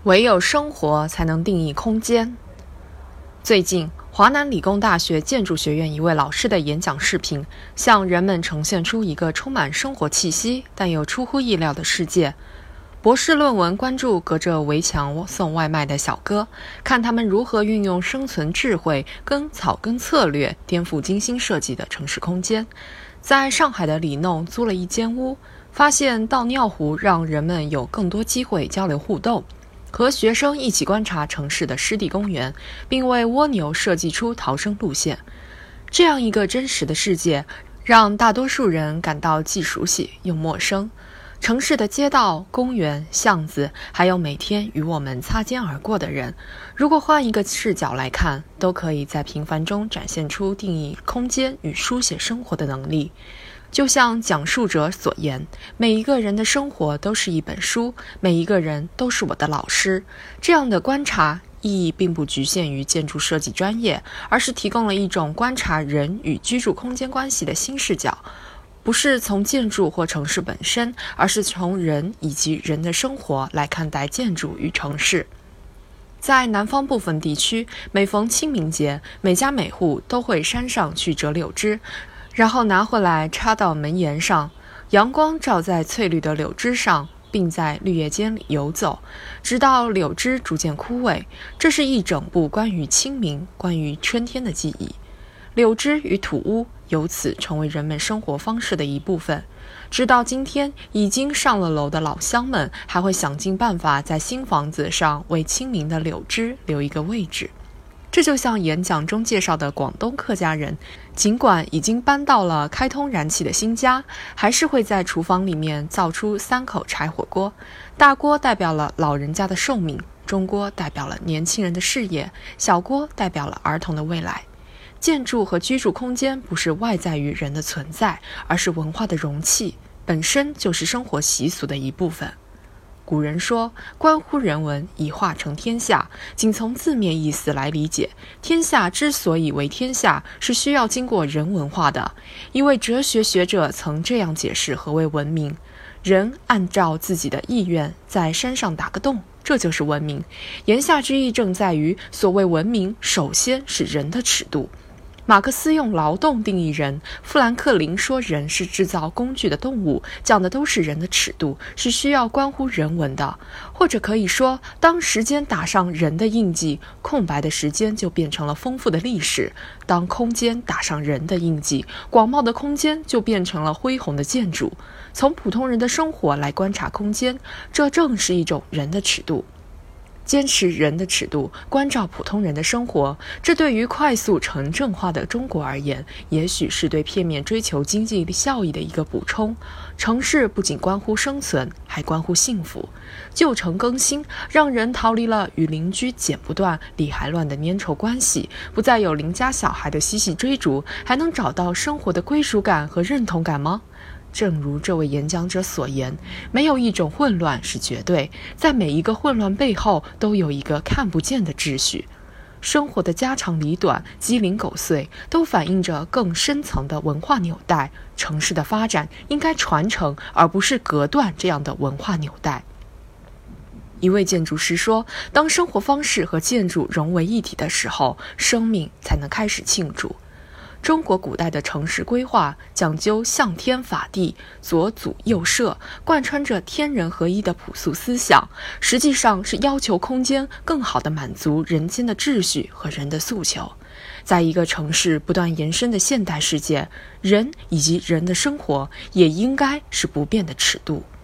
唯有生活才能定义空间。最近，华南理工大学建筑学院一位老师的演讲视频，向人们呈现出一个充满生活气息但又出乎意料的世界。博士论文关注隔着围墙送外卖的小哥，看他们如何运用生存智慧跟草根策略颠覆精心设计的城市空间。在上海的里弄租了一间屋，发现倒尿壶让人们有更多机会交流互动，和学生一起观察城市的湿地公园，并为蜗牛设计出逃生路线。这样一个真实的世界，让大多数人感到既熟悉又陌生。城市的街道、公园、巷子，还有每天与我们擦肩而过的人，如果换一个视角来看，都可以在平凡中展现出定义空间与书写生活的能力。就像讲述者所言，每一个人的生活都是一本书，每一个人都是我的老师。这样的观察意义并不局限于建筑设计专业，而是提供了一种观察人与居住空间关系的新视角，不是从建筑或城市本身，而是从人以及人的生活来看待建筑与城市。在南方部分地区，每逢清明节，每家每户都会山上去折柳枝，然后拿回来插到门檐上，阳光照在翠绿的柳枝上，并在绿叶间里游走，直到柳枝逐渐枯萎。这是一整部关于清明、关于春天的记忆。柳枝与土屋由此成为人们生活方式的一部分。直到今天，已经上了楼的老乡们还会想尽办法在新房子上为清明的柳枝留一个位置。这就像演讲中介绍的广东客家人，尽管已经搬到了开通燃气的新家，还是会在厨房里面造出3口柴火锅。大锅代表了老人家的寿命，中锅代表了年轻人的事业，小锅代表了儿童的未来。建筑和居住空间不是外在于人的存在，而是文化的容器，本身就是生活习俗的一部分。古人说，关乎人文，以化成天下。仅从字面意思来理解，天下之所以为天下，是需要经过人文化的。一位哲学学者曾这样解释何为文明：人按照自己的意愿在山上打个洞，这就是文明。言下之意正在于，所谓文明，首先是人的尺度。马克思用劳动定义人，富兰克林说人是制造工具的动物，讲的都是人的尺度，是需要关乎人文的。或者可以说，当时间打上人的印记，空白的时间就变成了丰富的历史；当空间打上人的印记，广袤的空间就变成了恢宏的建筑。从普通人的生活来观察空间，这正是一种人的尺度。坚持人的尺度，关照普通人的生活，这对于快速城镇化的中国而言，也许是对片面追求经济效益的一个补充。城市不仅关乎生存，还关乎幸福。旧城更新，让人逃离了与邻居剪不断、理还乱的粘稠关系，不再有邻家小孩的嬉戏追逐，还能找到生活的归属感和认同感吗？正如这位演讲者所言，没有一种混乱是绝对，在每一个混乱背后都有一个看不见的秩序。生活的家长里短、鸡零狗碎，都反映着更深层的文化纽带。城市的发展应该传承，而不是隔断这样的文化纽带。一位建筑师说，当生活方式和建筑融为一体的时候，生命才能开始庆祝。中国古代的城市规划讲究向天法地，左阻右摄，贯穿着天人合一的朴素思想，实际上是要求空间更好地满足人间的秩序和人的诉求。在一个城市不断延伸的现代世界，人以及人的生活也应该是不变的尺度。